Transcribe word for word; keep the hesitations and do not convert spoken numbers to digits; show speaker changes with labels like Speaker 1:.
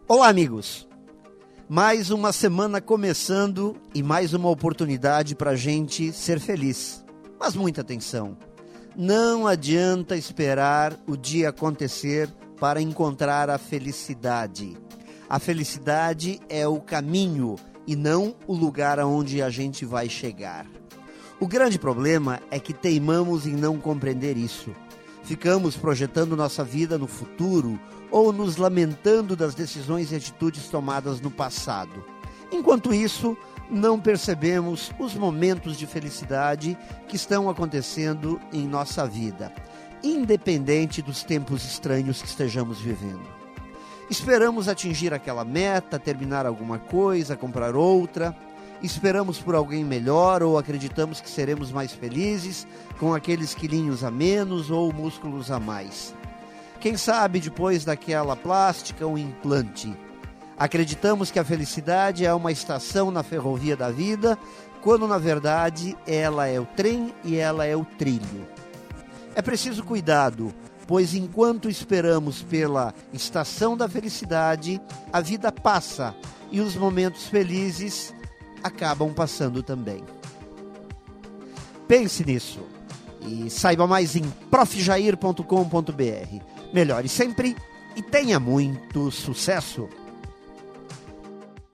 Speaker 1: Olá, amigos! Mais uma semana começando e mais uma oportunidade para a gente ser feliz. Mas muita atenção, não adianta esperar o dia acontecer para encontrar a felicidade. A felicidade é o caminho e não o lugar aonde a gente vai chegar. O grande problema é que teimamos em não compreender isso. Ficamos projetando nossa vida no futuro ou nos lamentando das decisões e atitudes tomadas no passado. Enquanto isso, não percebemos os momentos de felicidade que estão acontecendo em nossa vida, independente dos tempos estranhos que estejamos vivendo. Esperamos atingir aquela meta, terminar alguma coisa, comprar outra. Esperamos por alguém melhor ou acreditamos que seremos mais felizes com aqueles quilinhos a menos ou músculos a mais. Quem sabe depois daquela plástica ou implante. Acreditamos que a felicidade é uma estação na ferrovia da vida, quando na verdade ela é o trem e ela é o trilho. É preciso cuidado, pois enquanto esperamos pela estação da felicidade, a vida passa e os momentos felizes acabam passando também. Pense nisso e saiba mais em prof jair ponto com ponto b r. Melhore sempre e tenha muito sucesso!